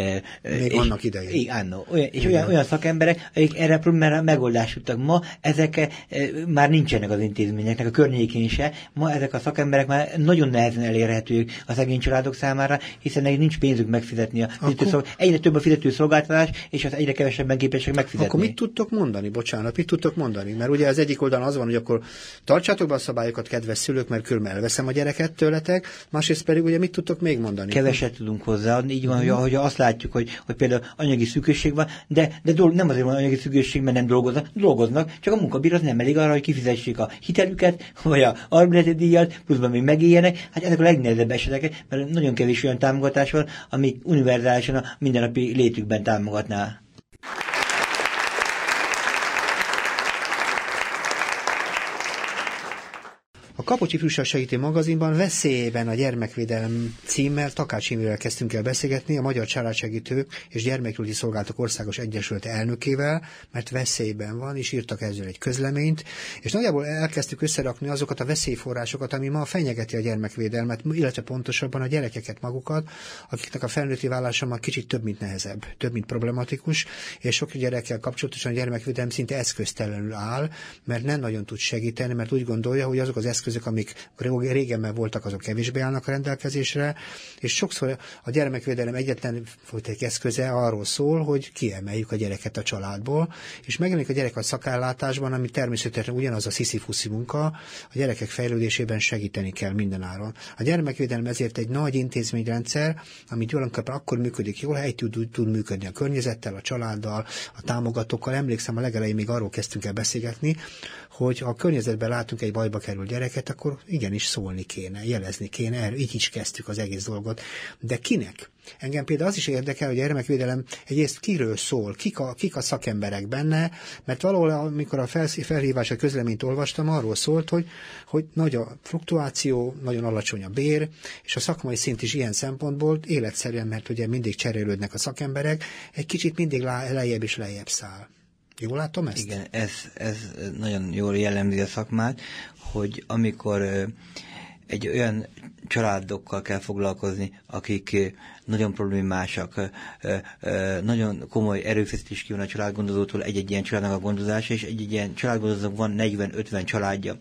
Még annak idején. Olyan szakemberek, akik erre a problémára megoldást tudtak. Ma ezek már nincsenek az intézményeknek a környékén se. Ma ezek a szakemberek már nagyon nehezen elérhetők a szegény családok számára, hiszen nekik nincs pénzük megfizetni a fizetőszolgáltatást. Egyre több a fizetőszolgáltatás, és az egyre kevesebben képesek megfizetni. Akkor mit tudtok mondani? Bocsánat, mit tudtok mondani? Mert ugye az egyik oldalon az van, hogy akkor tartsátok be a szabályokat, kedves szülők, mert különben elveszem a gyereket tőletek, másrészt pedig ugye mit tudtok még mondani? Keveset tudunk hozzáadni, így van, hogy azt látjuk, hogy például anyagi szűkösség van, de nem azért van anyagi szűkösség, mert nem dolgoznak, csak a munkabír az nem elég arra, hogy kifizessék a hitelüket, vagy a alapületi díjat, pluszban még megéljenek. Hát ezek a legnehezebb esetek, mert nagyon kevés olyan támogatás van, ami univerzálisan a mindennapi létükben támogatná. A Kapocsi Ifjúság Segítő magazinban Veszélyben a gyermekvédelem címmel Takács Imrével kezdtünk el beszélgetni, a Magyar Családsegítő és Gyermekjóléti Szolgálatok Országos Egyesület elnökével, mert veszélyben van, és írtak ezzel egy közleményt, és nagyjából elkezdtük összerakni azokat a veszélyforrásokat, ami ma fenyegeti a gyermekvédelmet, illetve pontosabban a gyerekeket magukat, akiknek a felnőtti válása már kicsit több, mint nehezebb, több, mint problematikus, és sok gyerekkel kapcsolatosan a gyermekvédelem szinte eszköztelenül áll, mert nem nagyon tud segíteni, mert úgy gondolja, hogy azok az eszközök, amik régen voltak, azok kevésbé állnak a rendelkezésre, és sokszor a gyermekvédelem egyetlen eszköze arról szól, hogy kiemeljük a gyereket a családból, és megjelenik a gyerek a szakállátásban, ami természetesen ugyanaz a sziszifuszi munka, a gyerekek fejlődésében segíteni kell mindenáron. A gyermekvédelem ezért egy nagy intézményrendszer, ami tulajdonképpen akkor működik jól, ha tud működni a környezettel, a családdal, a támogatókkal. Emlékszem, a legelején még arról kezdtünk el beszélgetni, hogy ha a környezetben látunk egy bajba kerül gyereket, akkor igenis szólni kéne, jelezni kéne, így is kezdtük az egész dolgot. De kinek? Engem például az is érdekel, hogy a gyermekvédelem egyrészt kiről szól, kik a szakemberek benne, mert valahol, amikor a felhívás, a közleményt olvastam, arról szólt, hogy nagy a fluktuáció, nagyon alacsony a bér, és a szakmai szint is ilyen szempontból életszerűen, mert ugye mindig cserélődnek a szakemberek, egy kicsit mindig lejjebb és lejjebb száll. Jól látom ezt? Igen, ez nagyon jól jellemzi a szakmát, hogy amikor egy olyan családokkal kell foglalkozni, akik nagyon problémásak, nagyon komoly erőfeszítés kíván a családgondozótól egy-egy ilyen családnak a gondozása, és egy-egy ilyen családgondozónak van 40-50 családja.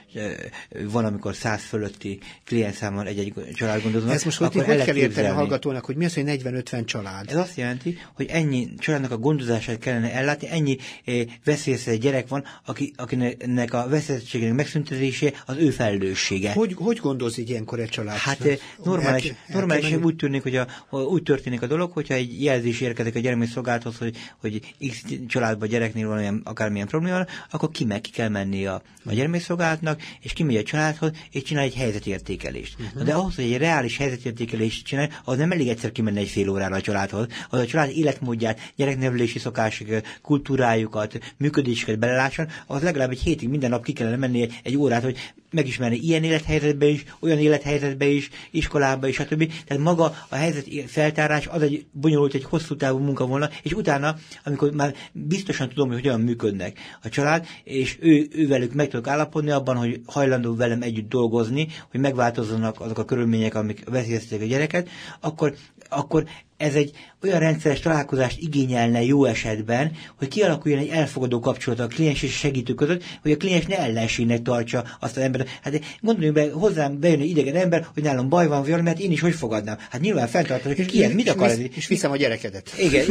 Van, amikor 100 fölötti klienszámmal egy-egy családgondozónak. Ez most hogy kell érteni a hallgatónak, hogy mi az, hogy 40-50 család? Ez azt jelenti, hogy ennyi családnak a gondozását kellene ellátni, ennyi veszélyeztetett gyerek van, akinek a veszélyeztettségének megszüntetése az ő felelőssége. Hogy gondozik ilyenkor egy család? Hát normálisan úgy történik a dolog, hogyha egy jelzés érkezik a gyermekszolgálathoz, hogy X családban gyereknél van akármilyen probléma, akkor ki kell menni a gyermekszolgálatnak, és kimegy a családhoz, és csinál egy helyzetértékelést. De ahhoz, hogy egy reális helyzetértékelést csinál, az nem elég egyszer kimenni egy fél órára a családhoz, az a család életmódját, gyereknevelési szokásokat, kultúrájukat, működésüket belelásson, az legalább egy hétig minden nap ki kellene menni egy órát, hogy megismerni ilyen élethelyzetbe is, olyan élethelyzetbe is, iskolába is, stb. Tehát maga a helyzet feltárás az egy bonyolult, egy hosszú távú munka volna, és utána, amikor már biztosan tudom, hogy hogyan működnek a család, és ővelük meg tudok állapodni abban, hogy hajlandó velem együtt dolgozni, hogy megváltozzanak azok a körülmények, amik veszélyeztetik a gyereket, akkor ez egy olyan rendszeres találkozást igényelne jó esetben, hogy kialakuljon egy elfogadó kapcsolat a kliens és a segítő között, hogy a kliens ne ellenségnek tartsa azt az embert. Hát gondoljunk be, hozzám bejön egy idegen ember, hogy nálam baj van valami, mert én is hogy fogadnám. Hát nyilván feltartom, hogy ki ez, mit akar ez? És viszem a gyerekedet. Igen,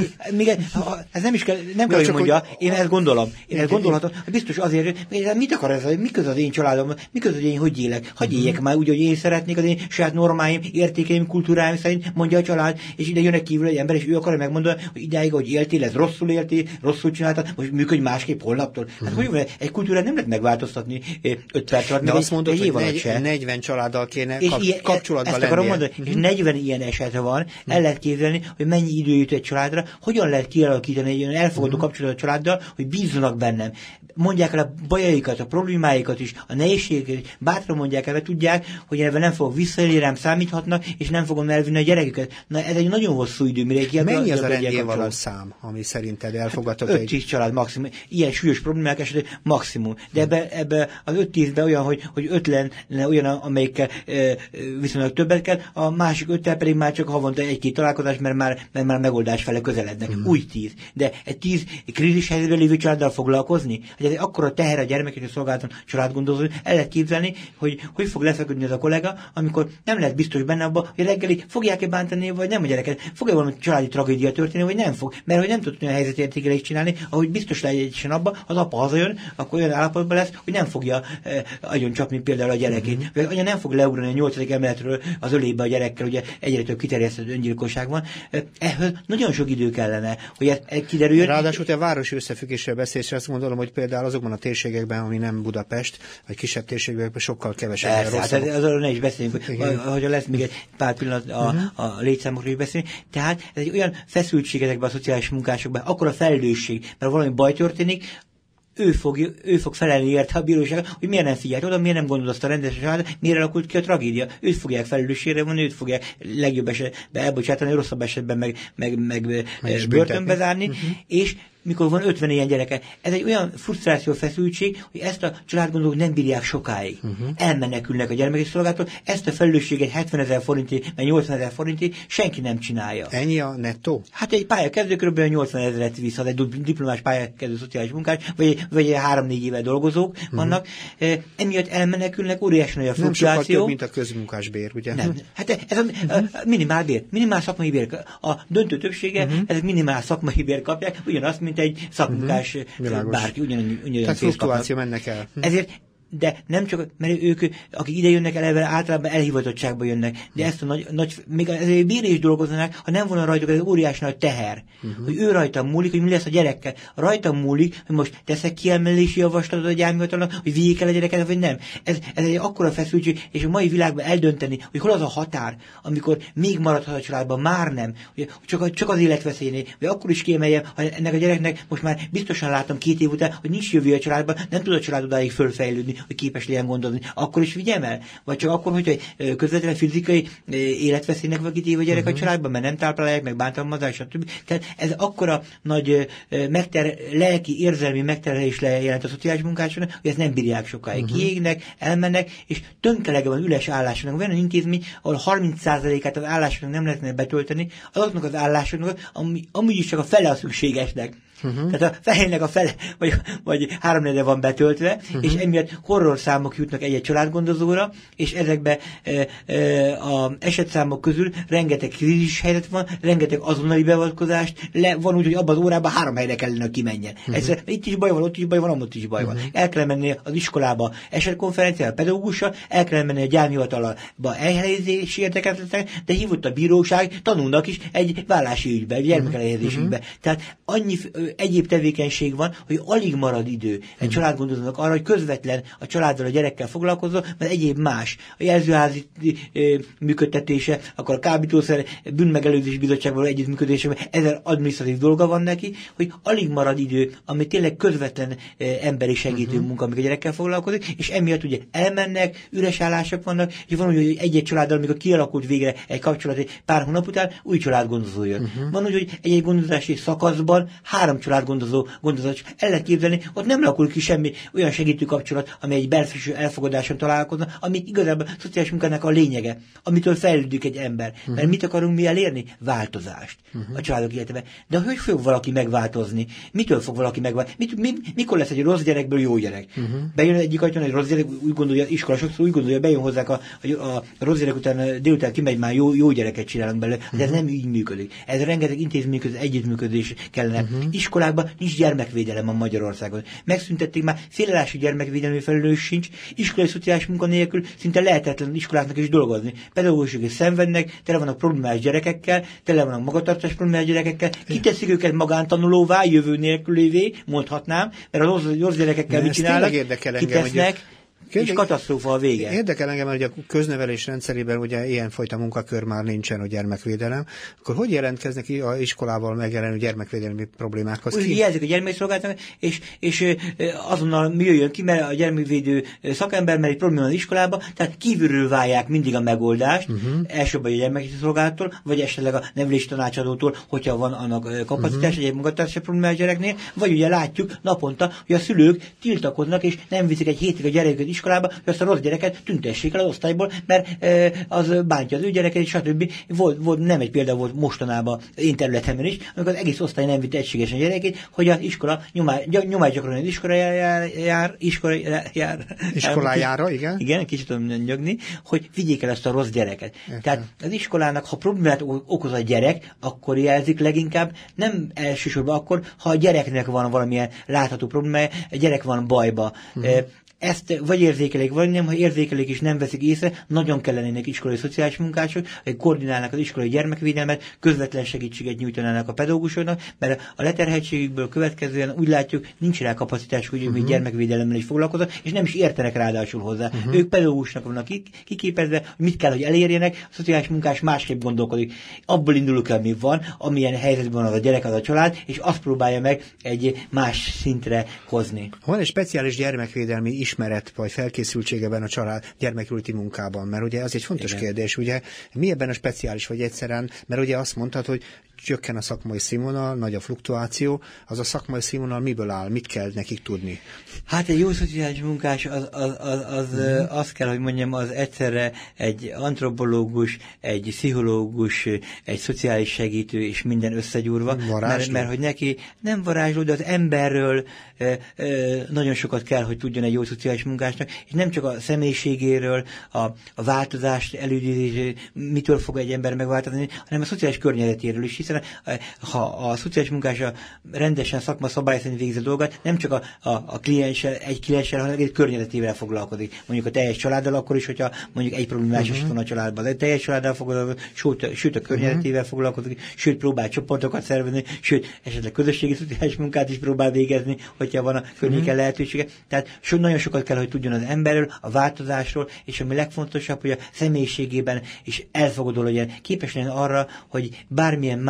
ez nem kell, hogy mondja, én ezt gondolom. Én ezt gondolhatom, biztos azért, hogy mit akar ez, mi köz az én családom, mi köz, hogy én hogy élek, hogy éljek már úgy, hogy én szeretnék az én saját normáim, értékeim, kultúráim szerint, mondja a család, és ide jönnek kívül egy ember, és ő akarja megmondani, hogy idáig, hogy éltél, ez rosszul éltél, rosszul csináltad, most működj másképp holnaptól. Hát hogy van, egy kultúrát nem lehet megváltoztatni 5 perc alatt. De azt mondod, hogy 40 családdal kéne kapcsolatban lennie. Akarom mondani, és 40 ilyen esetre van, el lehet képzelni, hogy mennyi idő jut egy családra, hogyan lehet kialakítani egy olyan elfogadó kapcsolatot a családdal, hogy bízzanak bennem. Mondják el a bajaikat, a problémáikat is, a nehézségeket is, bátran mondják el, mert tudják, hogy ebben nem fogok visszaélni, rám számíthatnak, és nem fogom elvinni a gyereküket. Na, ez egy nagyon hosszú idő, mire mennyi az a rendjén való szám, ami szerinted elfogadható? 5-10 család maximum. Ilyen súlyos problémák esetén maximum. De ebbe az 5-10-ben olyan, hogy 5 lenne olyan, amelyikkel viszonylag többet kell, a másik 5-tel pedig már csak havonta 1-2 találkozás, mert már megoldás fele közelednek. Úgy 10. De egy 10 krízis helyzetben lévő családdal foglalkozni? Hogy ez akkora teher a gyermekeknek szolgálaton családgondozó, el lehet képzelni, hogy fog lefeküdni az a kollega, amikor nem lehet biztos benne abban, hogy reggelig fogják-e bántani, vagy nem a gyereket. Fog-e valami családi tragédia történni, vagy nem fog? Mert hogy nem tud olyan helyzetértékelést csinálni, ahogy biztos legyen abban, az apa hazajön, akkor olyan állapotban lesz, hogy nem fogja agyon csapni például a gyerekét. Vagy anya nem fog leugrani a 8. emeletről az ölébe a gyerekkel, ugye egyre több kiterjesztett öngyilkosság van. Ehhez nagyon sok idő kellene, hogy ez kiderüljön. Ráadásul te a városi összefüggésről beszélsz, azt gondolom, hogy például azokban a térségekben, ami nem Budapest, vagy kisebb térségekben sokkal kevesebb. Hát azról ne is beszéljünk, hogy lesz még egy pár pillanat a létszámokról is beszélni. Tehát ez egy olyan feszültség ezekben a szociális munkásokban, akkor a felelősség, mert valami baj történik, ő fog felelni érte a bíróság, hogy miért nem figyelt oda, miért nem gondolt azt a rendes család, miért alakult ki a tragédia. Őt fogják felelősségre vonni, őt fogják legjobb esetben elbocsátani, rosszabb esetben meg börtönbe zárni, és mikor van 50 ilyen gyereke. Ez egy olyan frusztráció, feszültség, hogy ezt a családgondolók nem bírják sokáig. Elmenekülnek a gyermeki szolgálattól, ezt a felelősséget 70 000 forintért, meg 80 000 forintért senki nem csinálja. Ennyi a nettó? Hát egy pályakezdő kb. 80 000 visz, az egy diplomás pályakezdő szociális munkás, vagy 3-4 éve dolgozók vannak. Emiatt elmenekülnek, óriási nagy a fluktuáció. Nem sokkal több, mint a közmunkásbér, ugye? Nem. Hát ez a minimálbér, minimál szakmai bér. A döntő többsége ezek minimál szakmai bér kapják, ugyanazt, mint egy szakmunkás bárki, ugyanolyan tehát fluktuáció mennek el. Ezért, de nem csak, mert ők, akik ide jönnek eleve, általában elhivatottságba jönnek, de ezt a még ezért bírni is dolgoznak, ha nem volna rajtuk, ez óriási nagy teher, hogy ő rajtam múlik, hogy mi lesz a gyerekkel. Rajtam múlik, hogy most teszek kiemelési javaslatot a gyámhivatalnak, hogy vigyék el a gyereket, vagy nem. Ez egy akkora feszültség, és a mai világban eldönteni, hogy hol az a határ, amikor még maradhat a családban, már nem, hogy csak az életveszélynél, vagy akkor is kiemeljem, ha ennek a gyereknek most már biztosan látom 2 év után, hogy nincs jövő a családban, nem tud a család odáig fölfejlődni, hogy képes legyen gondozni. Akkor is vigyem el? Vagy csak akkor, hogyha közvetlenül fizikai életveszélynek vagy kitéve a gyerek a családban, mert nem táplálják, meg bántalmazás, stb. Tehát ez akkora nagy lelki, érzelmi megterhelés jelent a szociális munkásoknak, hogy ezt nem bírják sokáig. Kiégnek, elmennek, és tönkelege van üles állásoknak. Van olyan intézmény, ahol 30%-át az állásoknak nem lehetne betölteni, azoknak az állásoknak, amúgy is csak a fele a szükségesnek. Tehát a fehének a fele, vagy 3/4 van betöltve, és emiatt horror számok jutnak egy-egy családgondozóra, és ezekbe az esetszámok közül rengeteg krízis helyzet van, rengeteg azonnali beavatkozást, van úgy, hogy abban az órában 3 helyre kellene, kimenjen. Itt is baj van, ott is baj van, amott is baj van. El kell menni az iskolába esetkonferenciára, a pedagógussal, el kell menni a gyámhivatalba elhelyezési érdekeltetnek, de hívott a bíróság, tanulnak is egy vállási ügybe, egy gyermekelhelyezési ügybe. Tehát annyi egyéb tevékenység van, hogy alig marad idő egy családgondozónak arra, hogy közvetlen a családdal, a gyerekkel foglalkozzon, mert egyéb más. A jelzőházi működtetése, akkor a kábítószer bűnmegelőzési bizottságban együttműködésében, ezer adminisztratív dolga van neki, hogy alig marad idő, ami tényleg közvetlen emberi segítő munka, amíg a gyerekkel foglalkozik, és emiatt ugye elmennek, üres állások vannak, és van úgy, hogy egy-egy családdal, amikor kialakult végre egy kapcsolat egy pár hónap után, új családgondozó jön. Van úgy, hogy egy-egy gondozási szakaszban 3 családgondozat el lehet képzelni, ott nem alakul ki semmi olyan segítő kapcsolat, ami egy belső elfogadáson találkozna, ami igazából a szociális munkának a lényege, amitől fejlődik egy ember. Mert mit akarunk mi elérni? Változást a családok életében. De hogy fog valaki megváltozni? Mitől fog valaki megváltozni? Mikor lesz egy rossz gyerekből jó gyerek? Bejön egyik ajtón egy rossz gyerek, úgy gondolja, iskola sokszor úgy gondolja, bejön hozzák a rossz gyerek után délután kimegy, már jó gyereket csinálunk belőle, de ez nem így működik. Ez rengeteg intézmény között együttműködés kellene. Iskolákban nincs gyermekvédelem a Magyarországon. Megszüntették már, félelású gyermekvédelmi felelős sincs, iskolai szociális munka nélkül szinte lehetetlen iskoláknak is dolgozni. Pedagógusok is szenvednek, tele vannak problémás gyerekekkel, tele vannak magatartás problémás gyerekekkel, kiteszik őket magántanulóvá, jövő nélkülévé, mondhatnám, mert a rossz gyerekekkel mit csinálnak, kitesznek, és katasztrófa a vége. Érdekel engem, hogy a köznevelés rendszerében ugye ilyenfajta munkakör már nincsen, a gyermekvédelem. Akkor hogy jelentkeznek ki az iskolával megjelenő gyermekvédelmi problémákhoz? Úgy jelzik a gyermekszolgáltatnak, és azonnal jöjjön ki, mert a gyermekvédő szakember, mert egy probléma az iskolában, tehát kívülről várják mindig a megoldást, elsőbb a gyermekszolgálattól, vagy esetleg a nevelési tanácsadótól, hogyha van annak kapacitás, egy magatartási problémás gyereknél, vagy ugye látjuk naponta, hogy a szülők tiltakoznak, és nem viszik egy hétig a gyereket iskolába, hogy azt a rossz gyereket tüntessék el az osztályból, mert az bántja az ő gyereket, stb. Volt nem egy példa volt mostanában én területemben is, amikor az egész osztály nem vitt egységesen gyerekét, hogy az iskola nyomásgyakorolni az iskolájára, igen. Igen, kicsit tudom nyögni, hogy vigyék el ezt a rossz gyereket. Értem. Tehát az iskolának, ha problémát okoz a gyerek, akkor jelzik leginkább, nem elsősorban akkor, ha a gyereknek van valamilyen látható problémája, a gyerek van bajba. Ezt vagy érzékelik, vagy nem, ha érzékelik és nem veszik észre, nagyon kellenének iskolai szociális munkások, hogy koordinálnak az iskolai gyermekvédelmet, közvetlen segítséget nyújtanának a pedagógusoknak, mert a leterheltségükből következően úgy látjuk, nincs rá kapacitás, hogy még gyermekvédelemmel is foglalkoznak, és nem is értenek ráadásul hozzá. Ők pedagógusnak vannak kiképezve, hogy mit kell, hogy elérjenek, a szociális munkás másképp gondolkodik. Abból indulunk el, mi van, amilyen helyzetben van az a gyerek, az a család, és azt próbálja meg egy más szintre hozni. Van egy speciális gyermekvédelmi ismeret vagy felkészültsége ebben a család gyermekjóléti munkában, mert ugye az egy fontos kérdés, ugye mi ebben a speciális vagy egyszerűen, mert ugye azt mondtad, hogy csökken a szakmai színvonal, nagy a fluktuáció, az a szakmai színvonal miből áll, mit kell nekik tudni? Hát egy jó szociális munkás az kell, hogy mondjam, az egyszerre egy antropológus, egy pszichológus, egy szociális segítő, és minden összegyúrva, mert hogy neki nem varázsló, de az emberről nagyon sokat kell, hogy tudjon egy jó szociális munkásnak, és nem csak a személyiségéről, a változást elődítés, mitől fog egy ember megváltozni, hanem a szociális környezetéről is, hiszen ha a szociális munkás rendesen szakma szabály szerint végzi a dolgot, nem csak a klienssel, hanem egy környezetével foglalkozik. Mondjuk a teljes családdal, akkor is, hogyha mondjuk egy problémás eset van a családban, de teljes családdal foglalkozik, sőt a környezetével foglalkozik, sőt próbál csoportokat szervezni, sőt esetleg közösségi szociális munkát is próbál végezni, hogyha van a környéken lehetősége. Tehát nagyon sokat kell, hogy tudjon az emberről, a változásról, és ami legfontosabb, hogy a személyiségében is elfogadó legyen, képes legyen arra, hogy bármilyen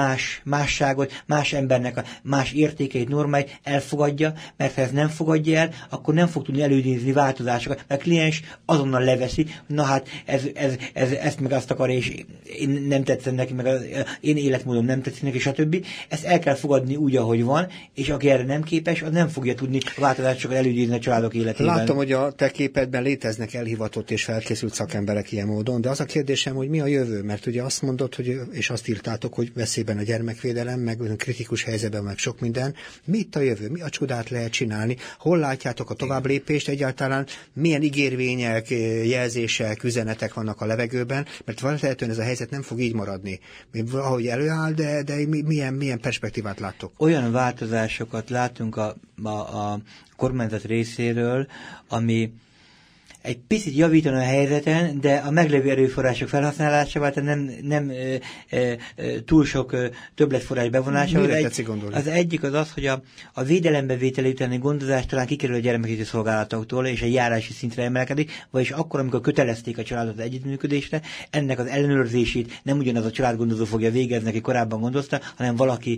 másságot, más embernek a más értékeit, normáit elfogadja, mert ha ez nem fogadja el, akkor nem fog tudni előidézni változásokat, mert a kliens azonnal leveszi, na hát ezt meg azt akarja, és én nem tetszem neki, meg én életmódom nem tetszik neki, stb. Ezt el kell fogadni úgy, ahogy van, és aki erre nem képes, az nem fogja tudni a változásokat előidézni a családok életében. Látom, hogy a te képedben léteznek elhivatott és felkészült szakemberek ilyen módon, de az a kérdésem, hogy mi a jövő, mert ugye azt mondod, hogy, és azt írtátok, hogy veszélyben a gyermekvédelem, meg kritikus helyzetben, meg sok minden. Mi itt a jövő? Mi a csodát lehet csinálni? Hol látjátok a továbblépést egyáltalán? Milyen ígérvények, jelzések, üzenetek vannak a levegőben? Mert valószínűleg ez a helyzet nem fog így maradni. Valahogy előáll, de milyen perspektívát láttok? Olyan változásokat látunk a kormányzat részéről, ami egy picit javítani a helyzeten, de a meglévő erőforrások felhasználásával, tehát nem túl sok többletforrás bevonásával. Mire tetszik gondolni? Az egyik az, hogy a védelembevételi utáni gondozás talán kikerül a gyermekvédelmi szolgálatoktól, és egy járási szintre emelkedik, vagyis akkor, amikor kötelezték a családot együttműködésre, ennek az ellenőrzését nem ugyanaz a családgondozó fogja végezni, aki korábban gondozta, hanem valaki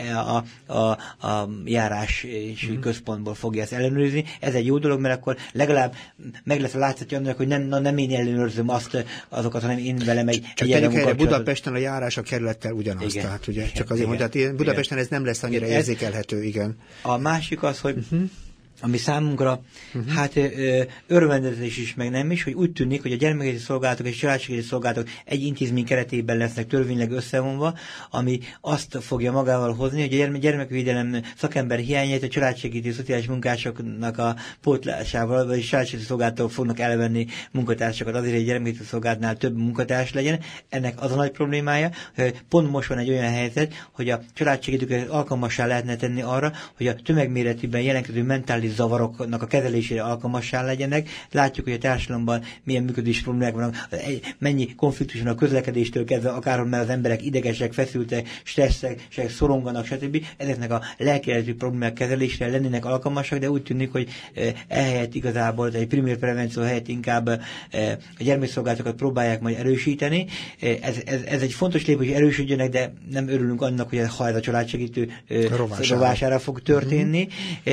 a járási központból fogja ezt ellenőrizni. Ez egy jó dolog, mert akkor legalább meg lesz látszatja annak, hogy nem én ellenőrzöm azokat, hanem én velem egy erre Budapesten a járás a kerülettel ugyanaz. Igen. Tehát ugye csak azért, hogy Budapesten ez nem lesz annyira érzékelhető, igen. A másik az, hogy ami számunkra örvendetés is, meg nem is, hogy úgy tűnik, hogy a gyermekvédelmi szolgálatok és családsegélyező szolgálatok egy intézmény keretében lesznek törvényleg összevonva, ami azt fogja magával hozni, hogy a gyermekvédelem szakember hiányát a családsegélyező szociális munkásoknak a pótlásával, vagy családsegélyező szolgálatok fognak elvenni munkatársakat azért, hogy a gyermekvédelmi szolgálatnál több munkatárs legyen. Ennek az a nagy problémája, hogy pont most van egy olyan helyzet, hogy a családsegélyezőket alkalmassá lehetne tenni arra, hogy a tömegméretűben jelentkező mentális zavaroknak a kezelésére alkalmassá legyenek. Látjuk, hogy a társadalomban milyen működési problémák vannak, mennyi konfliktus van a közlekedéstől kezdve, akár mert az emberek idegesek, feszültek, stresszek, szoronganak, stb. Ezeknek a lelkieleti problémák kezelésére lennének alkalmasak, de úgy tűnik, hogy ehelyett igazából egy primér prevenció helyett inkább a gyermekszolgálatokat próbálják majd erősíteni. Ez egy fontos lépés, hogy erősödjenek, de nem örülünk annak, hogy ha ez a családsegítő rovására fog történni.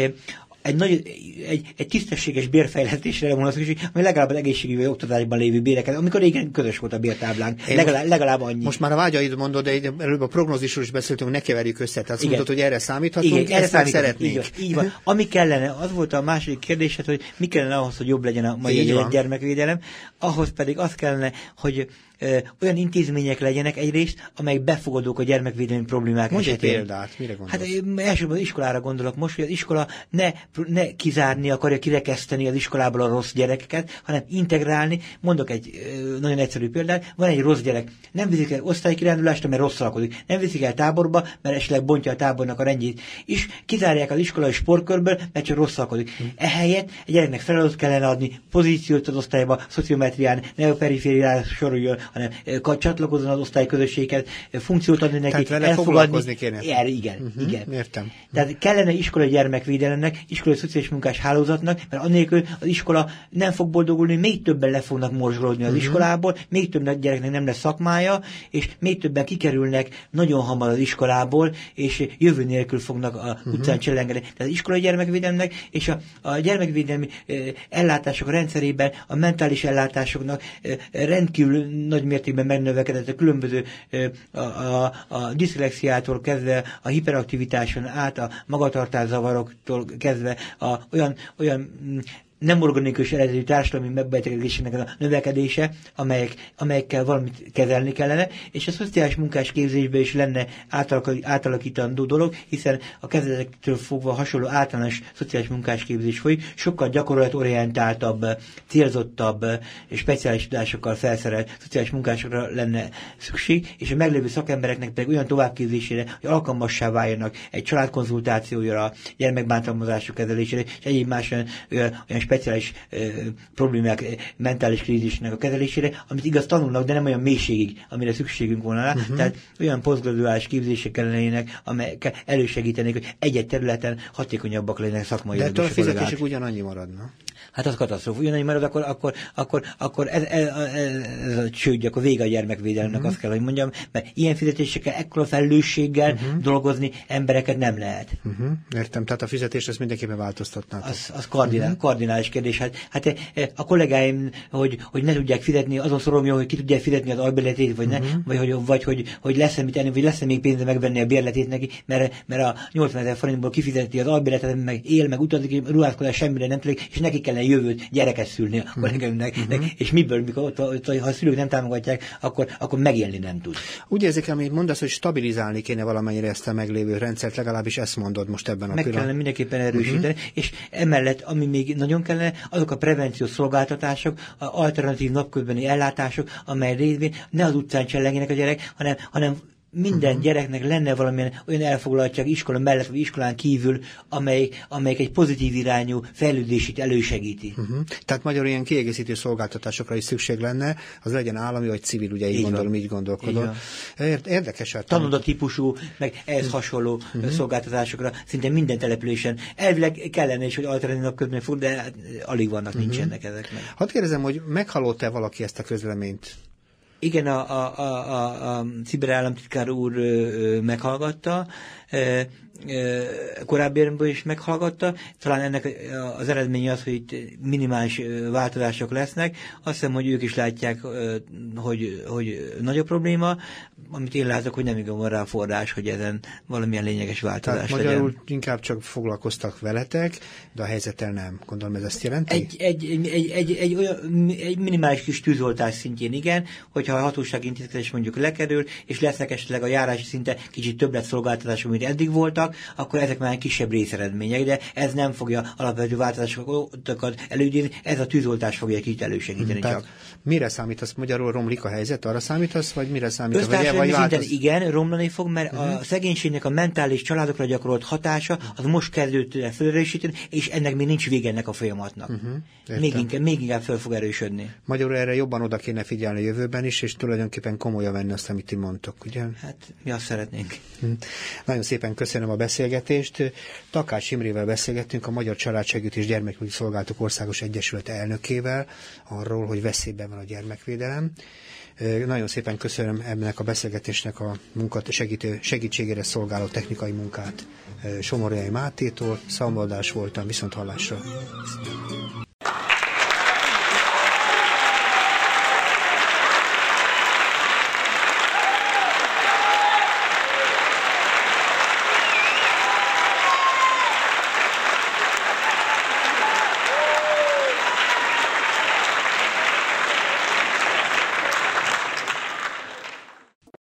Egy tisztességes bérfejlesztésre van szükség, ami legalább az egészségügyi oktatásban lévő béreket, amikor régen közös volt a bértáblánk. Legalább annyi. Most már a vágyaid mondod, de előbb a prognózisról is beszéltünk, ne keverjük össze. Tehát azt mondod, hogy erre számíthatunk, igen, ezt szeretnénk. Így van. Ami kellene, az volt a második kérdésed, hogy mi kellene ahhoz, hogy jobb legyen a mai gyermekvédelem, ahhoz pedig az kellene, hogy olyan intézmények legyenek egyrészt, amelyek befogadók a gyermekvédelmi problémák Mondj esetén. egy példát, mire gondolsz? Hát elsősorban az iskolára gondolok most, hogy az iskola ne kizárni akarja, kirekeszteni az iskolából a rossz gyerekeket, hanem integrálni. Mondok egy nagyon egyszerű példát, van egy rossz gyerek, nem viszik el osztálykirándulásra, mert rosszul lakodik, nem viszik el táborba, mert esetleg bontja a tábornak a rendjét, és kizárják az iskolai sportkörből, mert csak rosszul lakodik. Ehelyett egy gyereknek feladatot kellene adni, pozíciót az osztályba, szociometrián, ne a perifériára soroljon, hanem csatlakozzon az osztályközösséghez, funkciót adni neki, tehát vele foglalkozni kéne. Igen. Értem. Tehát kellene iskolai gyermekvédelemnek, iskolai szociális munkás hálózatnak, mert annélkül az iskola nem fog boldogulni, még többen le fognak morzsolódni az iskolából, még több gyereknek nem lesz szakmája, és még többen kikerülnek nagyon hamar az iskolából, és jövő nélkül fognak a utcán csellengeni. Tehát az iskolai gyermekvédelemnek és a gyermekvédelmi ellátások rendszerében a mentális ellátásoknak rendkívül nagy mértékben megnövekedett a különböző a diszlexiától kezdve a hiperaktivitáson át, a magatartászavaroktól kezdve olyan nem organikus eredetű társadalmi megbetegedésének a növekedése, amelyekkel valamit kezelni kellene, és a szociális munkás képzésben is lenne átalakítandó dolog, hiszen a kezdetektől fogva hasonló általános szociális munkás képzés folyik, sokkal gyakorlatorientáltabb, célzottabb, speciális tudásokkal felszerelt szociális munkásokra lenne szükség, és a meglévő szakembereknek pedig olyan továbbképzésére, hogy alkalmassá váljanak egy családkonzultációra, gyermekbántalmazások kezelésére, és egyéb más olyan speciális problémák, mentális krízisnek a kezelésére, amit igaz tanulnak, de nem olyan mélységig, amire szükségünk volna rá. Tehát olyan posztgraduális képzések kellenének, amelyek elősegítenék, hogy egy-egy területen hatékonyabbak legyenek szakmai. De ettől a fizetések ugyanannyi maradna. Hát az katasztrófa. Ugyanúgy marad, akkor ez a csőd, akkor vége a gyermekvédelemnek, azt kell, hogy mondjam, mert ilyen fizetésekkel, ekkora felelősséggel dolgozni embereket nem lehet. Értem, tehát a fizetés ezt mindenképpen változtatnátok. Az kardinális kérdés. Hát a kollégáim, hogy ne tudják fizetni, azon szorongja, hogy ki tudják fizetni az albérletét, vagy ne, vagy hogy lesz-e mit enni, vagy lesz-e még pénze megvenni a bérletét neki, mert a 80 000 forintból kifizeti az albérletet, meg él, meg utazik, ruházkodás semmire nem tudják, és neki kellene jövőt gyereket szülni a kollégáimnak. És miből, mikor ha a szülők nem támogatják, akkor megélni nem tud. Úgy érzik, amit mondasz, hogy stabilizálni kéne valamennyire ezt a meglévő rendszert, legalábbis ezt mondod most ebben a pillanatban. Meg kellene mindenképpen erősíteni, és emellett, ami még nagyon kellene, azok a prevenciós szolgáltatások, a alternatív napközbeni ellátások, amely révén ne az utcán csellengenek a gyerek, hanem minden gyereknek lenne valamilyen olyan elfoglaltság iskola mellett, vagy iskolán kívül, amelyik egy pozitív irányú fejlődését elősegíti. Tehát magyarul ilyen kiegészítő szolgáltatásokra is szükség lenne, az legyen állami, vagy civil, ugye így gondolom, így gondolkodol. Érdekes. Tanulótípusú, meg ehhez hasonló szolgáltatásokra szinte minden településen. Elvileg kellene is, hogy alternatív napközben fog, de alig vannak, nincsenek ezek meg. Hadd kérdezem, hogy meghallott-e valaki ezt a közleményt? Igen, a ciberállamtitkár úr meghallgatta, korábbiakban is meghallgatta. Talán ennek az eredménye az, hogy itt minimális változások lesznek. Azt hiszem, hogy ők is látják, hogy nagyobb probléma, amit én látok, hogy nem igen van rá forrás, hogy ezen valamilyen lényeges változás legyen. Magyarul inkább csak foglalkoztak veletek, de a helyzettel nem. Gondolom, ez ezt jelenti? Egy minimális kis tűzoltás szintjén igen, hogyha a hatósági intézkedés mondjuk lekerül, és lesznek esetleg a járási szinte kicsit többlet szolgáltatások, mint eddig voltak, akkor ezek már kisebb részeredmények, de ez nem fogja alapvető változásokat előidézni, ez a tűzoltás fogja egy kicsit elősegíteni csak. Mire számítasz? Magyarul romlik a helyzet? Arra számítasz, vagy mire számítasz? Össztársadalmi szinten igen, romlani fog, mert a szegénységnek a mentális családokra gyakorolt hatása az most kezdődött el felerősíteni, és ennek még nincs vége ennek a folyamatnak. Még inkább fel fog erősödni. Magyarul erre jobban oda kéne figyelni a jövőben is, és tulajdonképpen komolyan venni azt, amit ti mondtok, ugye? Hát mi azt szeretnénk. Nagyon szépen köszönöm a beszélgetést. Takács Imrével beszélgettünk, a Magyar Családsegítés Gyermekjogi Szolgálatok Országos Egyesület elnökével arról, hogy veszélyben van a gyermekvédelem. Nagyon szépen köszönöm ennek a beszélgetésnek a segítségére szolgáló technikai munkát Somorjai Mátétól. Szalmodás voltam, viszont hallásra.